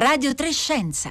Radio 3 Scienza.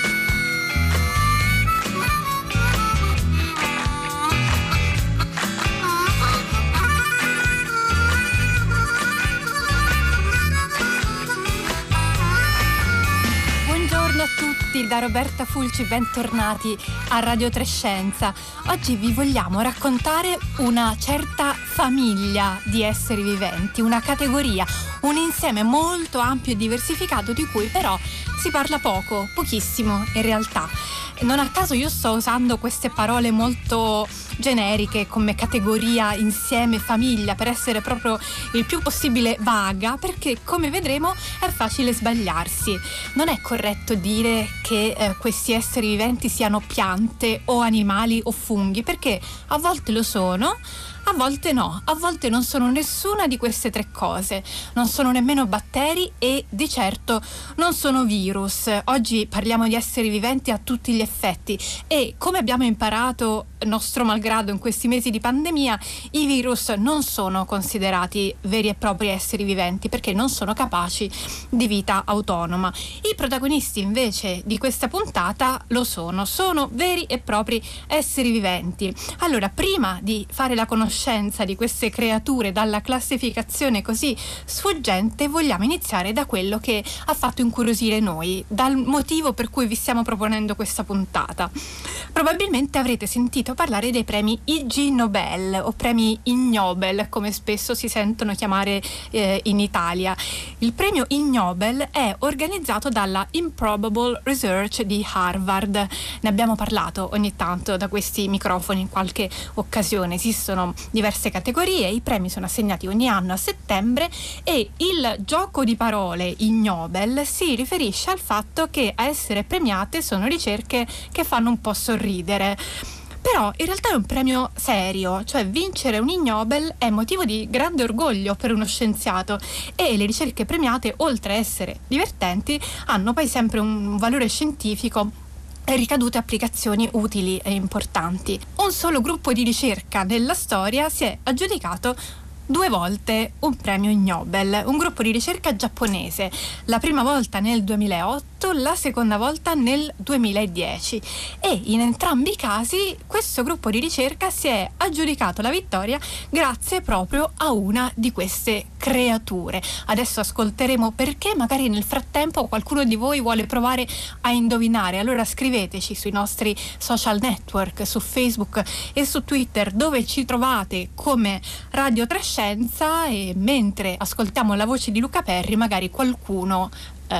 Buongiorno a tutti da Roberta Fulci, bentornati a Radio 3 Scienza. Oggi vi vogliamo raccontare una certa famiglia di esseri viventi, una categoria, un insieme molto ampio e diversificato di cui però si parla pochissimo in realtà. Non a caso io sto usando queste parole molto generiche come categoria, insieme, famiglia, per essere proprio il più possibile vaga, perché come vedremo è facile sbagliarsi. Non è corretto dire che questi esseri viventi siano piante o animali o funghi, perché a volte lo sono, a volte no, a volte non sono nessuna di queste tre cose, non sono nemmeno batteri e di certo non sono virus. Oggi parliamo di esseri viventi a tutti gli effetti e come abbiamo imparato, nostro malgrado, in questi mesi di pandemia, i virus non sono considerati veri e propri esseri viventi perché non sono capaci di vita autonoma. I protagonisti invece di questa puntata lo sono veri e propri esseri viventi. Allora, prima di fare la conoscenza di queste creature dalla classificazione così sfuggente, vogliamo iniziare da quello che ha fatto incuriosire noi, dal motivo per cui vi stiamo proponendo questa puntata. Probabilmente avrete sentito parlare dei premi Ig Nobel o premi Ig Nobel, come spesso si sentono chiamare in Italia. Il premio Ig Nobel è organizzato dalla Improbable Research di Harvard. Ne abbiamo parlato ogni tanto da questi microfoni in qualche occasione. Esistono diverse categorie, i premi sono assegnati ogni anno a settembre e il gioco di parole Ig Nobel si riferisce al fatto che a essere premiate sono ricerche che fanno un po' sorridere. Però in realtà è un premio serio, cioè vincere un Ig Nobel è motivo di grande orgoglio per uno scienziato e le ricerche premiate, oltre a essere divertenti, hanno poi sempre un valore scientifico e ricadute applicazioni utili e importanti. Un solo gruppo di ricerca nella storia si è aggiudicato 2 volte un premio Ig Nobel, un gruppo di ricerca giapponese, la prima volta nel 2008, la seconda volta nel 2010 e in entrambi i casi questo gruppo di ricerca si è aggiudicato la vittoria grazie proprio a una di queste creature. Adesso ascolteremo perché, magari nel frattempo qualcuno di voi vuole provare a indovinare, allora scriveteci sui nostri social network, su Facebook e su Twitter, dove ci trovate come Radio 3 Scienza, e mentre ascoltiamo la voce di Luca Perri magari qualcuno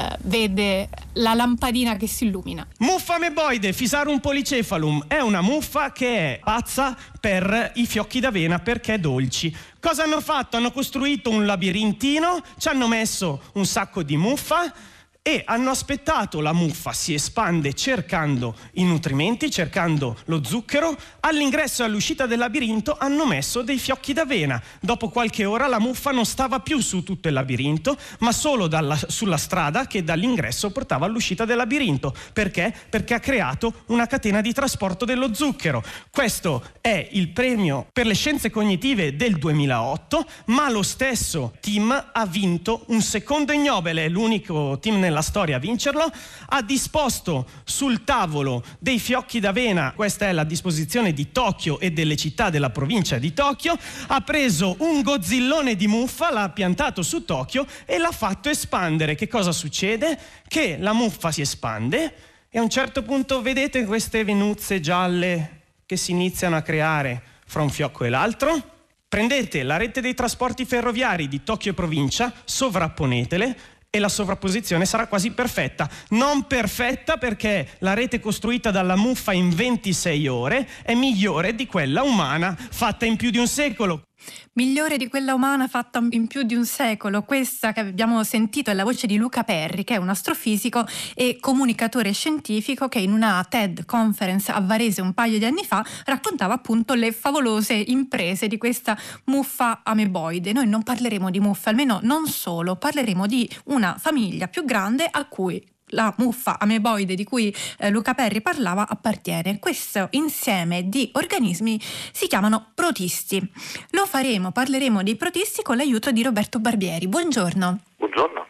vede la lampadina che si illumina. Muffa ameboide Physarum polycephalum è una muffa che è pazza per i fiocchi d'avena perché dolci. Cosa hanno fatto? Hanno costruito un labirintino, ci hanno messo un sacco di muffa e hanno aspettato la muffa si espande cercando i nutrimenti, cercando lo zucchero. All'ingresso e all'uscita del labirinto hanno messo dei fiocchi d'avena. Dopo qualche ora la muffa non stava più su tutto il labirinto, ma solo sulla strada che dall'ingresso portava all'uscita del labirinto. Perché? Perché ha creato una catena di trasporto dello zucchero. Questo è il premio per le scienze cognitive del 2008, ma lo stesso team ha vinto un secondo Ig Nobel, è l'unico team nella storia a vincerlo. Ha disposto sul tavolo dei fiocchi d'avena, questa è la disposizione di Tokyo e delle città della provincia di Tokyo. Ha preso un gozzillone di muffa, l'ha piantato su Tokyo e l'ha fatto espandere. Che cosa succede? Che la muffa si espande e a un certo punto vedete queste venuzze gialle che si iniziano a creare fra un fiocco e l'altro. Prendete la rete dei trasporti ferroviari di Tokyo e provincia, sovrapponetele e la sovrapposizione sarà quasi perfetta. Non perfetta perché la rete costruita dalla muffa in 26 ore è migliore di quella umana fatta in più di un secolo. Migliore di quella umana fatta in più di un secolo. Questa che abbiamo sentito è la voce di Luca Perri, che è un astrofisico e comunicatore scientifico che in una TED Conference a Varese un paio di anni fa raccontava appunto le favolose imprese di questa muffa ameboide. Noi non parleremo di muffe, almeno non solo, parleremo di una famiglia più grande a cui la muffa ameboide di cui Luca Perri parlava appartiene. Questo insieme di organismi si chiamano protisti. Parleremo dei protisti con l'aiuto di Roberto Barbieri. Buongiorno. Buongiorno.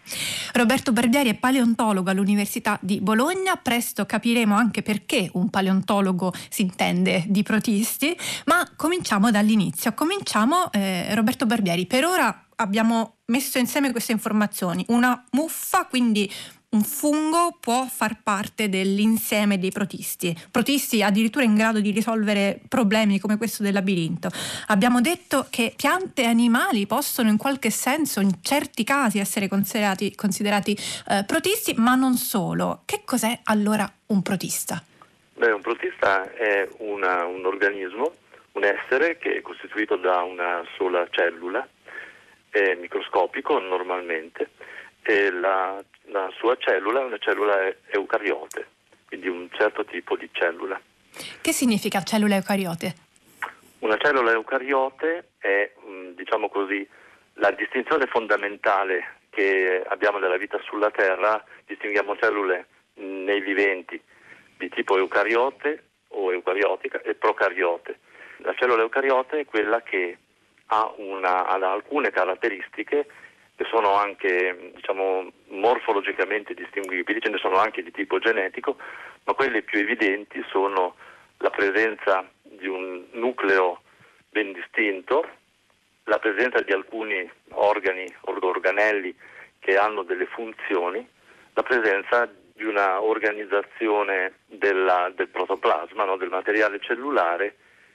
Roberto Barbieri è paleontologo all'Università di Bologna. Presto capiremo anche perché un paleontologo si intende di protisti, ma cominciamo dall'inizio. Roberto Barbieri, per ora abbiamo messo insieme queste informazioni. Una muffa, quindi un fungo, può far parte dell'insieme dei protisti addirittura in grado di risolvere problemi come questo del labirinto. Abbiamo detto che piante e animali possono in qualche senso, in certi casi, essere considerati protisti, ma non solo. Che cos'è allora un protista? Un protista è un organismo, un essere che è costituito da una sola cellula, è microscopico normalmente, e la sua cellula è una cellula eucariote, quindi un certo tipo di cellula. Che significa cellula eucariote? Una cellula eucariote è, diciamo così, la distinzione fondamentale che abbiamo nella vita sulla Terra. Distinguiamo cellule nei viventi di tipo eucariote o eucariotica e procariote. La cellula eucariote è quella che ha alcune caratteristiche che sono anche, diciamo, morfologicamente distinguibili, ce ne sono anche di tipo genetico, ma quelle più evidenti sono la presenza di un nucleo ben distinto, la presenza di alcuni organelli che hanno delle funzioni, la presenza di una organizzazione del protoplasma, no, del materiale cellulare,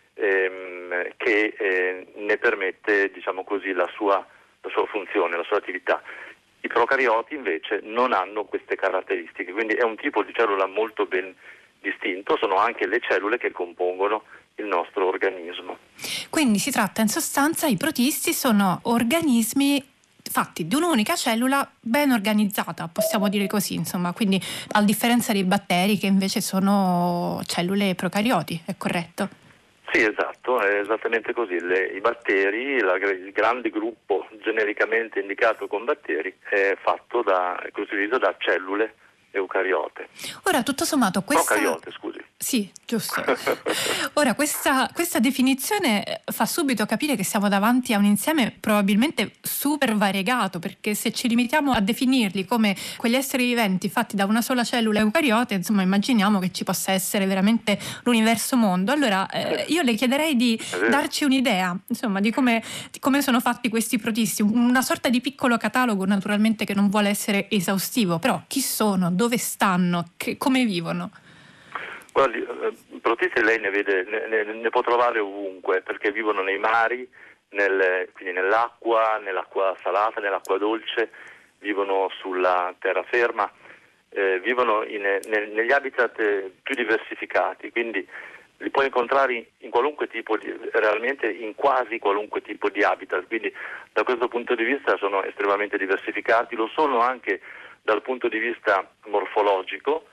che ne permette, diciamo così, la sua funzione, la sua attività. I procarioti invece non hanno queste caratteristiche, quindi è un tipo di cellula molto ben distinto, sono anche le cellule che compongono il nostro organismo. Quindi si tratta, in sostanza, i protisti sono organismi fatti di un'unica cellula ben organizzata, possiamo dire così, insomma, quindi a differenza dei batteri che invece sono cellule procarioti, è corretto? Sì, esatto, è esattamente così. I batteri, il grande gruppo genericamente indicato con batteri, è costituito da cellule eucariote. Ora, tutto sommato, procariote, scusi. Sì, giusto. Ora, questa definizione fa subito capire che siamo davanti a un insieme probabilmente super variegato, perché se ci limitiamo a definirli come quegli esseri viventi fatti da una sola cellula eucariote, insomma, immaginiamo che ci possa essere veramente l'universo mondo. Allora, io le chiederei di darci un'idea, insomma, di come sono fatti questi protisti, una sorta di piccolo catalogo, naturalmente, che non vuole essere esaustivo, però chi sono, dove stanno, come vivono? Guardi, protisti lei ne può trovare ovunque, perché vivono nei mari, quindi nell'acqua salata, nell'acqua dolce, vivono sulla terraferma, vivono negli habitat più diversificati, quindi li puoi incontrare in qualunque tipo realmente in quasi qualunque tipo di habitat, quindi da questo punto di vista sono estremamente diversificati, lo sono anche dal punto di vista morfologico.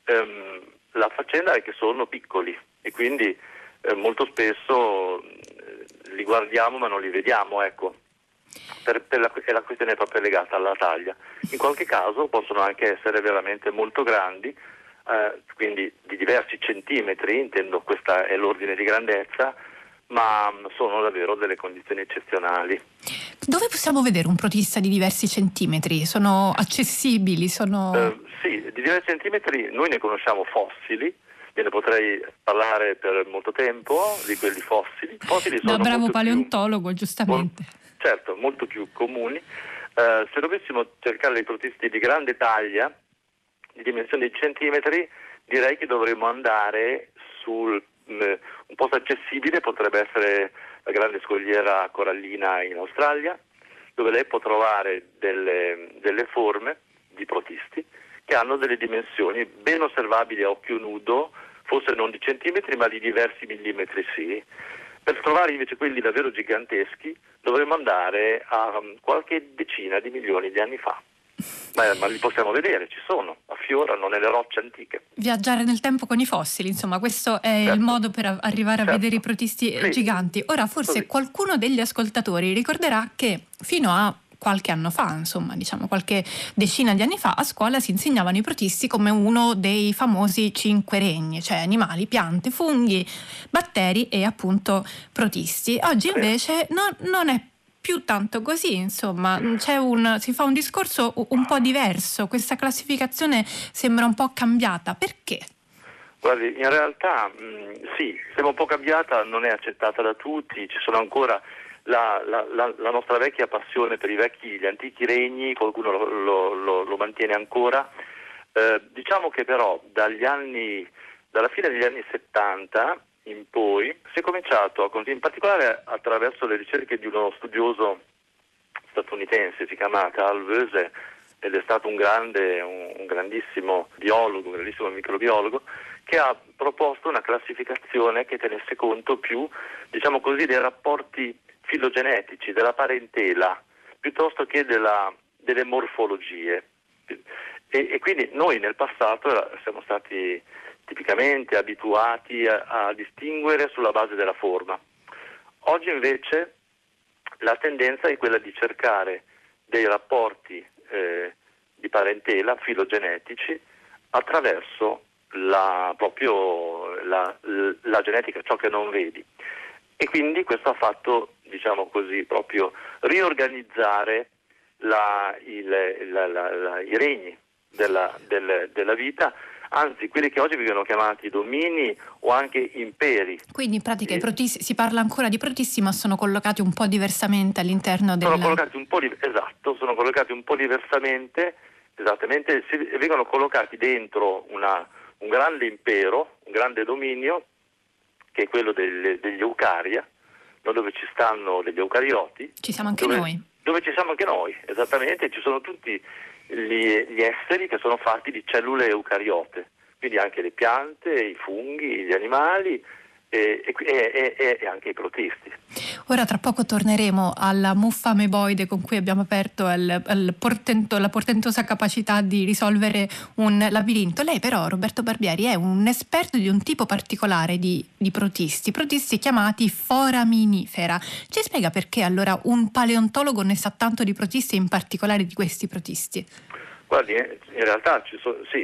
La faccenda è che sono piccoli e quindi molto spesso li guardiamo ma non li vediamo, ecco. E la questione è proprio legata alla taglia. In qualche caso possono anche essere veramente molto grandi, quindi di diversi centimetri, intendo, questa è l'ordine di grandezza, ma sono davvero delle condizioni eccezionali. Dove possiamo vedere un protista di diversi centimetri? Sono accessibili? Sì, di diversi centimetri noi ne conosciamo fossili, ne potrei parlare per molto tempo di quelli fossili. Fossili sono da bravo paleontologo, giustamente. Certo, molto più comuni. Se dovessimo cercare dei protisti di grande taglia, di dimensioni di centimetri, direi che dovremmo andare sul un posto accessibile, potrebbe essere la grande scogliera corallina in Australia, dove lei può trovare delle forme di protisti che hanno delle dimensioni ben osservabili a occhio nudo, forse non di centimetri ma di diversi millimetri, sì. Per trovare invece quelli davvero giganteschi dovremmo andare a qualche decina di milioni di anni fa. Ma li possiamo vedere, ci sono, affiorano nelle rocce antiche. Viaggiare nel tempo con i fossili, insomma, questo è il modo per arrivare a vedere i protisti giganti. Ora, forse qualcuno degli ascoltatori ricorderà che fino a qualche anno fa, insomma, diciamo qualche decina di anni fa, a scuola si insegnavano i protisti come uno dei famosi 5 regni, cioè animali, piante, funghi, batteri e appunto protisti. Oggi invece non è più tanto così, insomma, si fa un discorso un po' diverso, questa classificazione sembra un po' cambiata. Perché? Guardi, in realtà sì, sembra un po' cambiata, non è accettata da tutti, ci sono ancora la nostra vecchia passione per gli antichi regni, qualcuno lo mantiene ancora. Diciamo che però dalla fine degli anni 70 in poi si è cominciato, in particolare attraverso le ricerche di uno studioso statunitense, si chiama Carl Woese, ed è stato un grandissimo biologo, un grandissimo microbiologo, che ha proposto una classificazione che tenesse conto più, diciamo così, dei rapporti filogenetici, della parentela, piuttosto che delle morfologie. E quindi noi nel passato siamo stati tipicamente abituati a distinguere sulla base della forma. Oggi invece la tendenza è quella di cercare dei rapporti di parentela filogenetici attraverso la genetica, ciò che non vedi. E quindi questo ha fatto, diciamo così, proprio riorganizzare i regni della vita, anzi quelli che oggi vengono chiamati domini o anche imperi. Quindi in pratica i protisti, si parla ancora di protisti, ma sono collocati un po' diversamente all'interno del... Sono collocati un po' diversamente, esattamente, vengono collocati dentro un grande impero, un grande dominio, che è quello degli Eucaria, dove ci stanno degli eucarioti. Ci siamo anche noi. Dove ci siamo anche noi, esattamente, ci sono tutti gli esseri che sono fatti di cellule eucariote, quindi anche le piante, i funghi, gli animali e anche i protisti. Ora tra poco torneremo alla muffa ameboide con cui abbiamo aperto la portentosa capacità di risolvere un labirinto. Lei però, Roberto Barbieri, è un esperto di un tipo particolare di protisti chiamati foraminifera. Ci spiega perché allora un paleontologo ne sa tanto di protisti e in particolare di questi protisti? Guardi, in realtà ci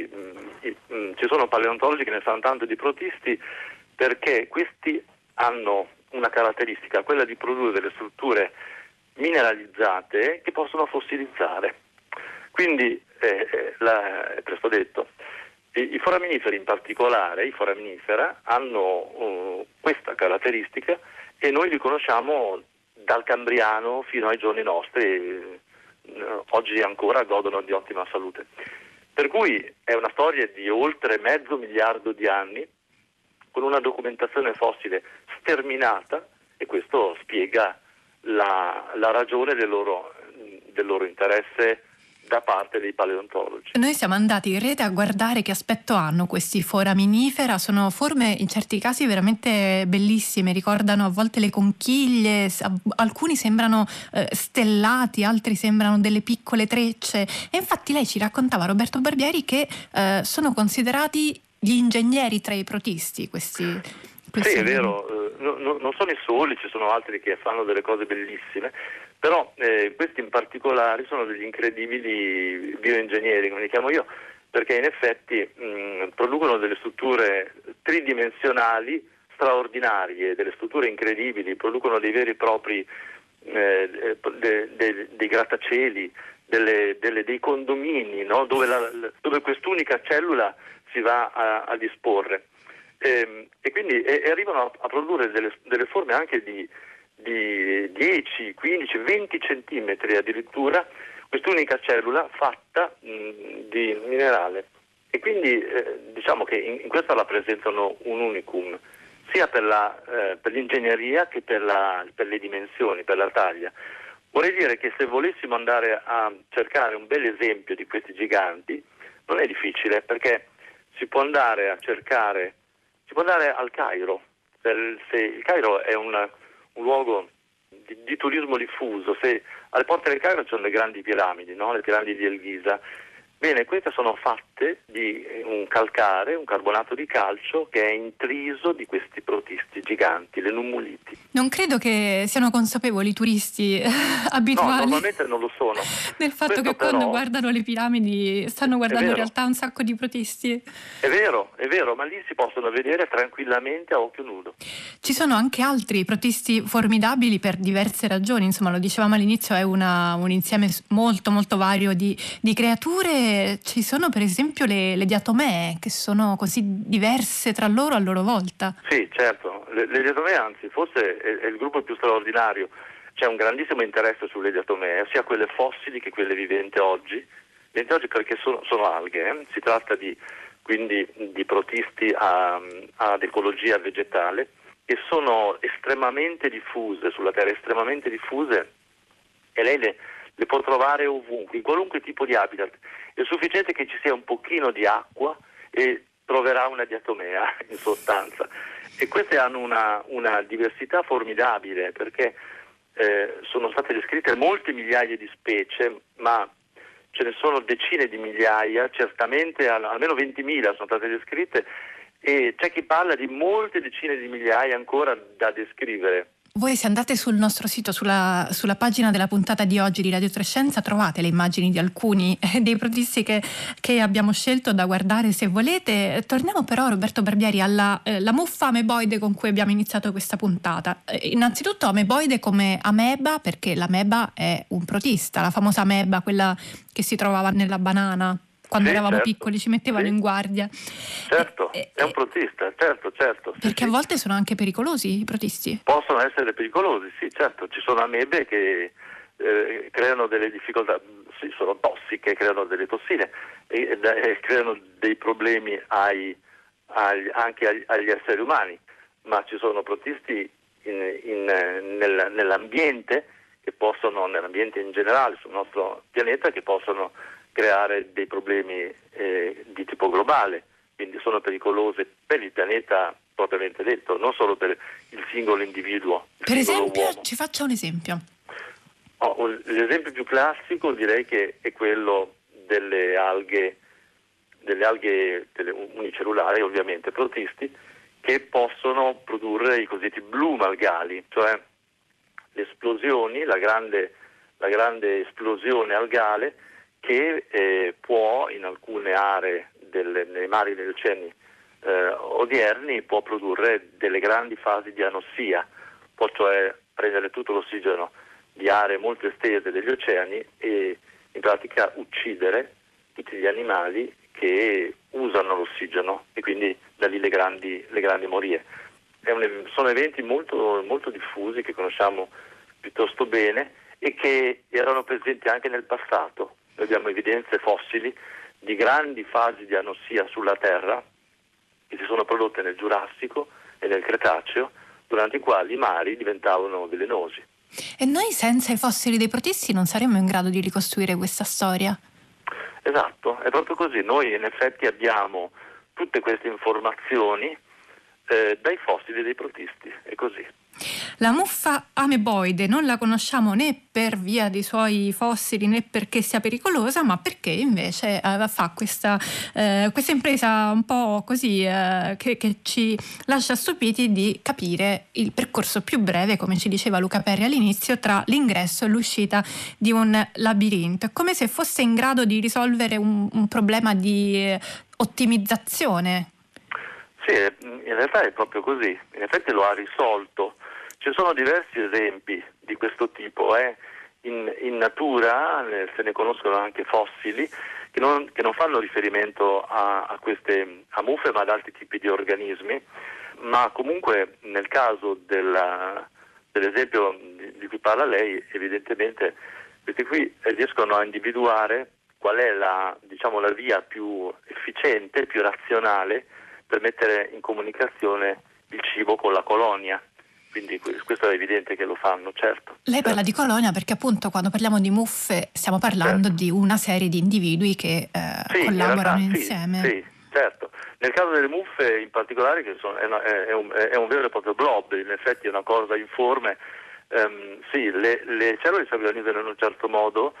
sono paleontologi che ne sanno tanto di protisti, perché questi hanno una caratteristica, quella di produrre delle strutture mineralizzate che possono fossilizzare. Quindi, è presto detto, i foraminiferi in particolare, i foraminifera, hanno questa caratteristica e noi li conosciamo dal Cambriano fino ai giorni nostri, oggi ancora godono di ottima salute. Per cui è una storia di oltre 500 milioni di anni, con una documentazione fossile sterminata, e questo spiega la ragione del loro interesse da parte dei paleontologi. Noi siamo andati in rete a guardare che aspetto hanno questi foraminifera, sono forme in certi casi veramente bellissime, ricordano a volte le conchiglie, alcuni sembrano stellati, altri sembrano delle piccole trecce, e infatti lei ci raccontava, Roberto Barbieri, che sono considerati gli ingegneri tra i protisti questi. Sì, è vero, non sono i soli, ci sono altri che fanno delle cose bellissime, però questi in particolare sono degli incredibili bioingegneri, come li chiamo io, perché in effetti producono delle strutture tridimensionali straordinarie, delle strutture incredibili, producono dei veri e propri dei grattacieli, dei condomini, no? dove quest'unica cellula si va a disporre. E quindi arrivano a produrre delle forme anche di 10, 15, 20 centimetri addirittura, quest'unica cellula fatta di minerale. E quindi diciamo che in questo rappresentano un unicum, sia per l'ingegneria che per le dimensioni, per la taglia. Vorrei dire che se volessimo andare a cercare un bel esempio di questi giganti, non è difficile, perché si può andare al Cairo. Il Cairo è un luogo di turismo diffuso. Se alle porte del Cairo ci sono le grandi piramidi, no? Le piramidi di El Giza. Bene, queste sono fatte di un calcare, un carbonato di calcio che è intriso di questi protisti giganti, le nummuliti. Non credo che siano consapevoli i turisti abituali. No, normalmente non lo sono. Del fatto Questo che quando guardano le piramidi stanno guardando in realtà un sacco di protisti. È vero, ma lì si possono vedere tranquillamente a occhio nudo. Ci sono anche altri protisti formidabili per diverse ragioni, insomma lo dicevamo all'inizio, è un insieme molto molto vario di creature. Ci sono per esempio le diatomee, che sono così diverse tra loro a loro volta. Sì, certo, le diatomee anzi forse è il gruppo più straordinario. C'è un grandissimo interesse sulle diatomee, sia quelle fossili che quelle viventi oggi perché sono alghe, Si tratta quindi di protisti ad ecologia vegetale che sono estremamente diffuse sulla Terra, estremamente diffuse, e lei le può trovare ovunque, in qualunque tipo di habitat. È sufficiente che ci sia un pochino di acqua e troverà una diatomea in sostanza. E queste hanno una diversità formidabile, perché sono state descritte molte migliaia di specie, ma ce ne sono decine di migliaia, certamente almeno 20.000 sono state descritte, e c'è chi parla di molte decine di migliaia ancora da descrivere. Voi se andate sul nostro sito, sulla pagina della puntata di oggi di Radio Trescenza, trovate le immagini di alcuni dei protisti che abbiamo scelto da guardare se volete. Torniamo però, Roberto Barbieri, alla la muffa ameboide con cui abbiamo iniziato questa puntata. Innanzitutto ameboide come ameba, perché l'ameba è un protista, la famosa ameba, quella che si trovava nella banana. Quando eravamo piccoli ci mettevano in guardia. Certo, è un protista, certo. Perché a volte sono anche pericolosi i protisti. Possono essere pericolosi, sì, certo. Ci sono amebe che creano delle difficoltà, sì, sono tossiche, creano delle tossine e creano dei problemi anche agli esseri umani, ma ci sono protisti nell'ambiente nell'ambiente in generale, sul nostro pianeta, che possono creare dei problemi di tipo globale, quindi sono pericolose per il pianeta propriamente detto, non solo per il singolo individuo. Per esempio, uomo. ci faccia un esempio. L'esempio più classico direi che è quello delle alghe unicellulari, ovviamente protisti, che possono produrre i cosiddetti bloom algali, cioè le esplosioni, la grande esplosione algale che può in alcune aree nei mari e negli oceani odierni può produrre delle grandi fasi di anossia, può cioè prendere tutto l'ossigeno di aree molto estese degli oceani e in pratica uccidere tutti gli animali che usano l'ossigeno, e quindi da lì le grandi morie. Sono eventi molto, molto diffusi che conosciamo piuttosto bene e che erano presenti anche nel passato. Noi abbiamo evidenze fossili di grandi fasi di anossia sulla Terra che si sono prodotte nel Giurassico e nel Cretaceo, durante i quali i mari diventavano velenosi. E noi senza i fossili dei protisti non saremmo in grado di ricostruire questa storia? Esatto, è proprio così. Noi in effetti abbiamo tutte queste informazioni dai fossili dei protisti, è così. La muffa ameboide non la conosciamo né per via dei suoi fossili né perché sia pericolosa, ma perché invece fa questa impresa un po' così che ci lascia stupiti di capire il percorso più breve, come ci diceva Luca Perri all'inizio, tra l'ingresso e l'uscita di un labirinto. È come se fosse in grado di risolvere un problema di ottimizzazione. Sì, in realtà è proprio così, in effetti lo ha risolto. Ci sono diversi esempi di questo tipo, in natura se ne conoscono anche fossili che non fanno riferimento a muffe, ma ad altri tipi di organismi, ma comunque nel caso dell'esempio di cui parla lei, evidentemente questi qui riescono a individuare qual è la via più efficiente, più razionale per mettere in comunicazione il cibo con la colonia. Quindi questo è evidente che lo fanno, certo. Lei parla di colonia perché appunto quando parliamo di muffe stiamo parlando di una serie di individui che collaborano insieme. Sì, certo. Nel caso delle muffe in particolare, che è un vero e proprio blob, in effetti è una cosa informe, le cellule si organizzano in un certo modo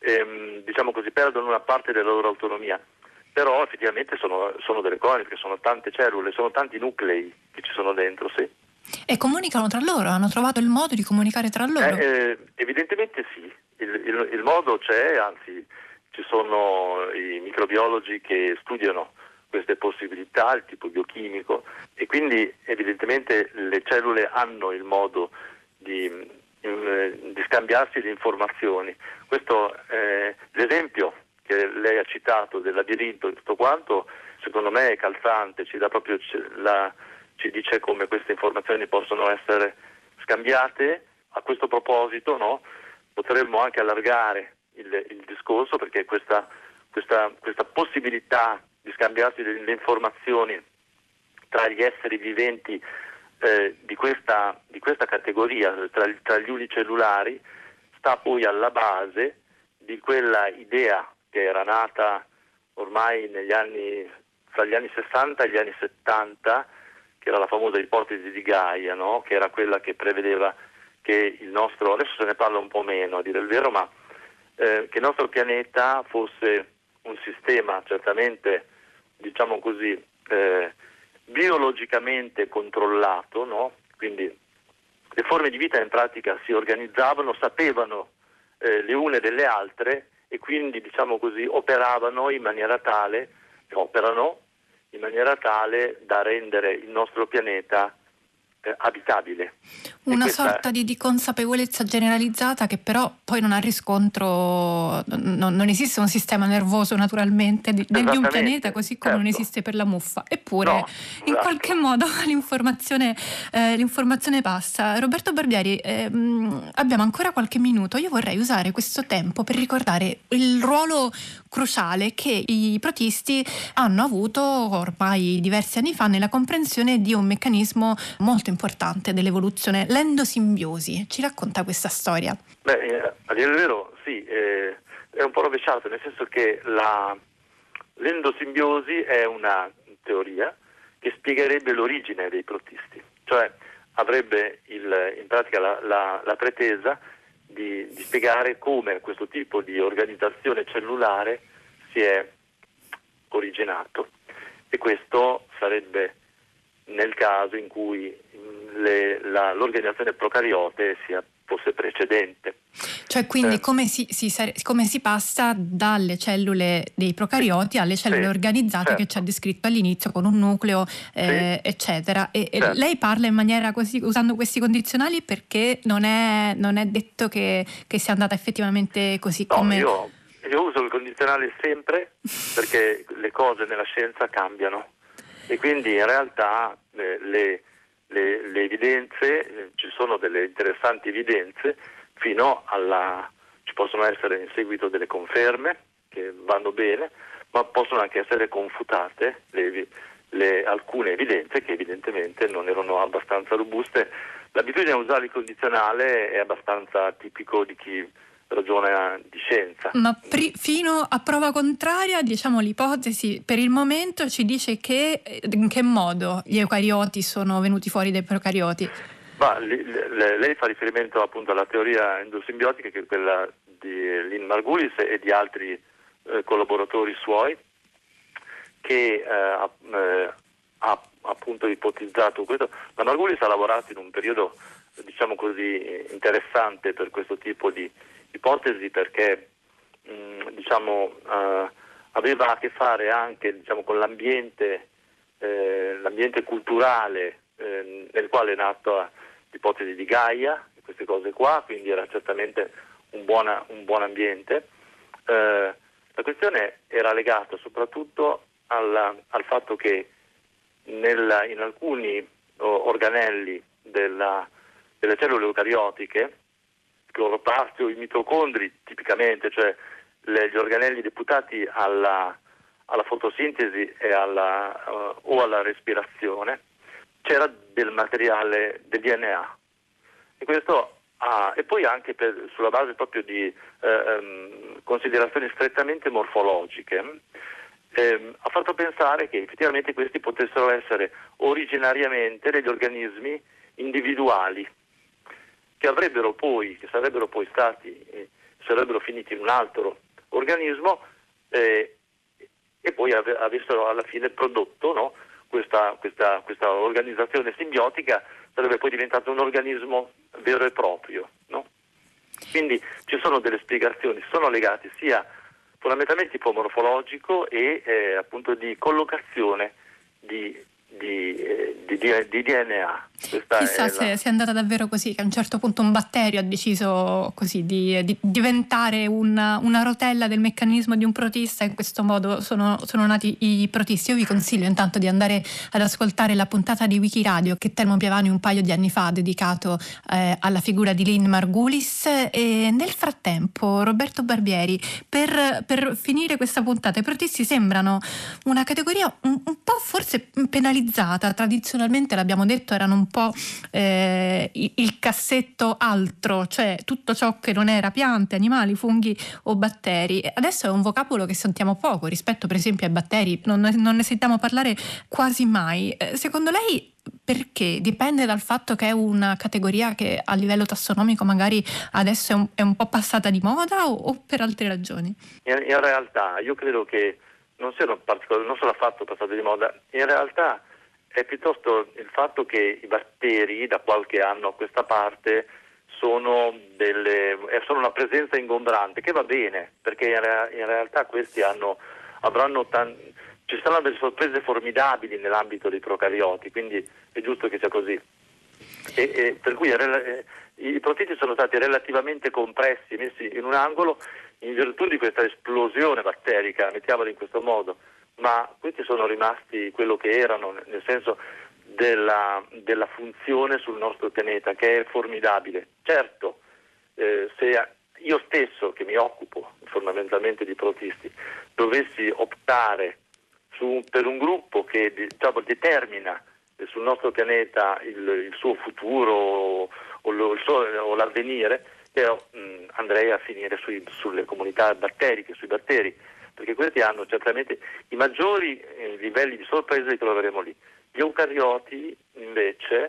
diciamo così, perdono una parte della loro autonomia. Però effettivamente sono delle coloni, perché sono tante cellule, sono tanti nuclei che ci sono dentro, sì. E comunicano tra loro? Hanno trovato il modo di comunicare tra loro? Evidentemente sì, il modo c'è, anzi ci sono i microbiologi che studiano queste possibilità, il tipo biochimico, e quindi evidentemente le cellule hanno il modo di scambiarsi le informazioni. Questo l'esempio che lei ha citato del labirinto e tutto quanto, secondo me è calzante, ci dà proprio ci dice come queste informazioni possono essere scambiate. A questo proposito, no, potremmo anche allargare il discorso, perché questa possibilità di scambiarsi le informazioni tra gli esseri viventi di questa categoria, tra gli unicellulari, sta poi alla base di quella idea che era nata ormai tra gli anni 60 e gli anni 70, che era la famosa ipotesi di Gaia, no? Che era quella che prevedeva che il nostro, adesso se ne parla un po' meno a dire il vero, ma che il nostro pianeta fosse un sistema certamente, diciamo così, biologicamente controllato, no? Quindi le forme di vita in pratica si organizzavano, sapevano le une delle altre, e quindi, diciamo così, operano in maniera tale da rendere il nostro pianeta abitabile. Una sorta di consapevolezza generalizzata che però poi non ha riscontro, non esiste un sistema nervoso naturalmente né di un pianeta, così come non esiste per la muffa, eppure in qualche modo l'informazione passa. Roberto Barbieri, abbiamo ancora qualche minuto. Io vorrei usare questo tempo per ricordare il ruolo cruciale che i protisti hanno avuto ormai diversi anni fa nella comprensione di un meccanismo molto importante dell'evoluzione, l'endosimbiosi. Ci racconta questa storia? A dire il vero, sì, è un po' rovesciato, nel senso che l'endosimbiosi è una teoria che spiegherebbe l'origine dei protisti, cioè avrebbe in pratica la pretesa di spiegare come questo tipo di organizzazione cellulare si è originato, e questo sarebbe nel caso in cui l'organizzazione procariote fosse precedente. Cioè quindi come si passa dalle cellule dei procarioti alle cellule organizzate, certo, che ci ha descritto all'inizio, con un nucleo, eccetera. E certo, lei parla in maniera così, usando questi condizionali, perché non è detto che sia andata effettivamente così. No, come... Io uso il condizionale sempre perché le cose nella scienza cambiano, e quindi in realtà le evidenze, ci sono delle interessanti evidenze, ci possono essere in seguito delle conferme che vanno bene, ma possono anche essere confutate alcune evidenze che evidentemente non erano abbastanza robuste. L'abitudine a usare il condizionale è abbastanza tipico di chi ragiona di scienza. Ma fino a prova contraria, diciamo, l'ipotesi per il momento ci dice che in che modo gli eucarioti sono venuti fuori dai procarioti? Lei fa riferimento appunto alla teoria endosimbiotica, che è quella di Lynn Margulis e di altri collaboratori suoi, che ha appunto ipotizzato questo. La Margulis ha lavorato in un periodo, diciamo così, interessante per questo tipo di ipotesi, perché aveva a che fare anche, diciamo, con l'ambiente culturale nel quale è nata l'ipotesi di Gaia, queste cose qua, quindi era certamente un buon ambiente. La questione era legata soprattutto al fatto che in alcuni organelli delle cellule eucariotiche, cloroplasti o i mitocondri tipicamente, cioè gli organelli deputati alla fotosintesi e o alla respirazione, c'era del materiale, del DNA, e questo e poi anche sulla base proprio di considerazioni strettamente morfologiche, ha fatto pensare che effettivamente questi potessero essere originariamente degli organismi individuali che sarebbero poi stati sarebbero finiti in un altro organismo e poi avessero alla fine prodotto, no? Questa organizzazione simbiotica sarebbe poi diventato un organismo vero e proprio, no? Quindi ci sono delle spiegazioni, sono legate sia fondamentalmente tipo morfologico e appunto di collocazione di DNA. Chissà se è andata davvero così, che a un certo punto un batterio ha deciso così di diventare una rotella del meccanismo di un protista, e in questo modo sono nati i protisti. Io vi consiglio intanto di andare ad ascoltare la puntata di Wikiradio che Telmo Piavani un paio di anni fa ha dedicato alla figura di Lynn Margulis, e nel frattempo Roberto Barbieri, per finire questa puntata, i protisti sembrano una categoria un po' forse penalizzata. Tradizionalmente, l'abbiamo detto, erano un po' il cassetto altro, cioè tutto ciò che non era piante, animali, funghi o batteri. Adesso è un vocabolo che sentiamo poco rispetto per esempio ai batteri, non ne sentiamo parlare quasi mai. Secondo lei perché? Dipende dal fatto che è una categoria che a livello tassonomico magari adesso è un po' passata di moda, o per altre ragioni? In realtà io credo che non sono affatto passata di moda, in realtà è piuttosto il fatto che i batteri da qualche anno a questa parte sono una presenza ingombrante, che va bene, perché in realtà questi ci saranno delle sorprese formidabili nell'ambito dei procarioti, quindi è giusto che sia così. E per cui i protisti sono stati relativamente compressi, messi in un angolo in virtù di questa esplosione batterica, mettiamola in questo modo, ma questi sono rimasti quello che erano, nel senso della funzione sul nostro pianeta, che è formidabile. Certo, se io stesso, che mi occupo fondamentalmente di protisti, dovessi optare per un gruppo che determina sul nostro pianeta il suo futuro o l'avvenire, andrei a finire sulle comunità batteriche, sui batteri, perché questi hanno certamente i maggiori livelli di sorpresa, li troveremo lì. Gli eucarioti invece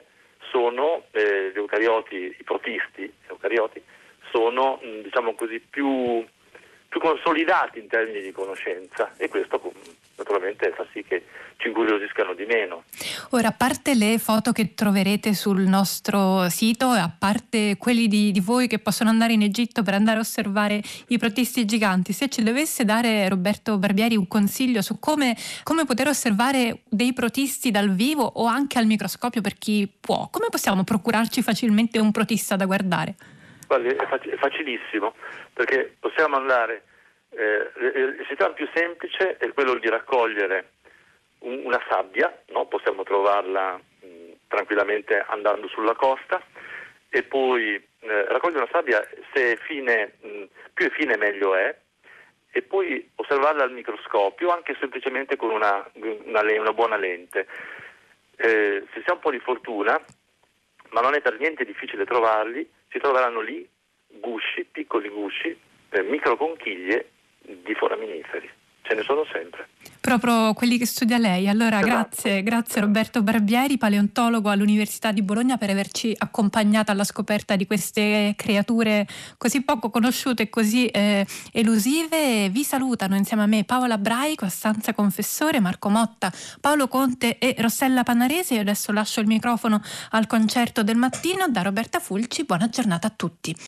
i protisti eucarioti sono diciamo così più consolidati in termini di conoscenza, e questo naturalmente fa sì che ci incuriosiscano di meno. Ora, a parte le foto che troverete sul nostro sito e a parte quelli di voi che possono andare in Egitto per andare a osservare i protisti giganti, se ci dovesse dare Roberto Barbieri un consiglio su come poter osservare dei protisti dal vivo o anche al microscopio per chi può, come possiamo procurarci facilmente un protista da guardare? Guardi, è facilissimo, perché possiamo andare, il sistema più semplice è quello di raccogliere una sabbia, no? Possiamo trovarla tranquillamente andando sulla costa, e poi raccogliere una sabbia, se è fine, più è fine meglio è, e poi osservarla al microscopio, anche semplicemente con una buona lente. Se si ha un po' di fortuna, ma non è per niente difficile trovarli, si troveranno lì piccoli gusci, microconchiglie di foraminiferi. Ce ne sono sempre. Proprio quelli che studia lei. Allora, esatto. Grazie Roberto Barbieri, paleontologo all'Università di Bologna, per averci accompagnata alla scoperta di queste creature così poco conosciute e così elusive. Vi salutano insieme a me Paola Brai, Costanza Confessore, Marco Motta, Paolo Conte e Rossella Pannarese. Io adesso lascio il microfono al concerto del mattino. Da Roberta Fulci, buona giornata a tutti.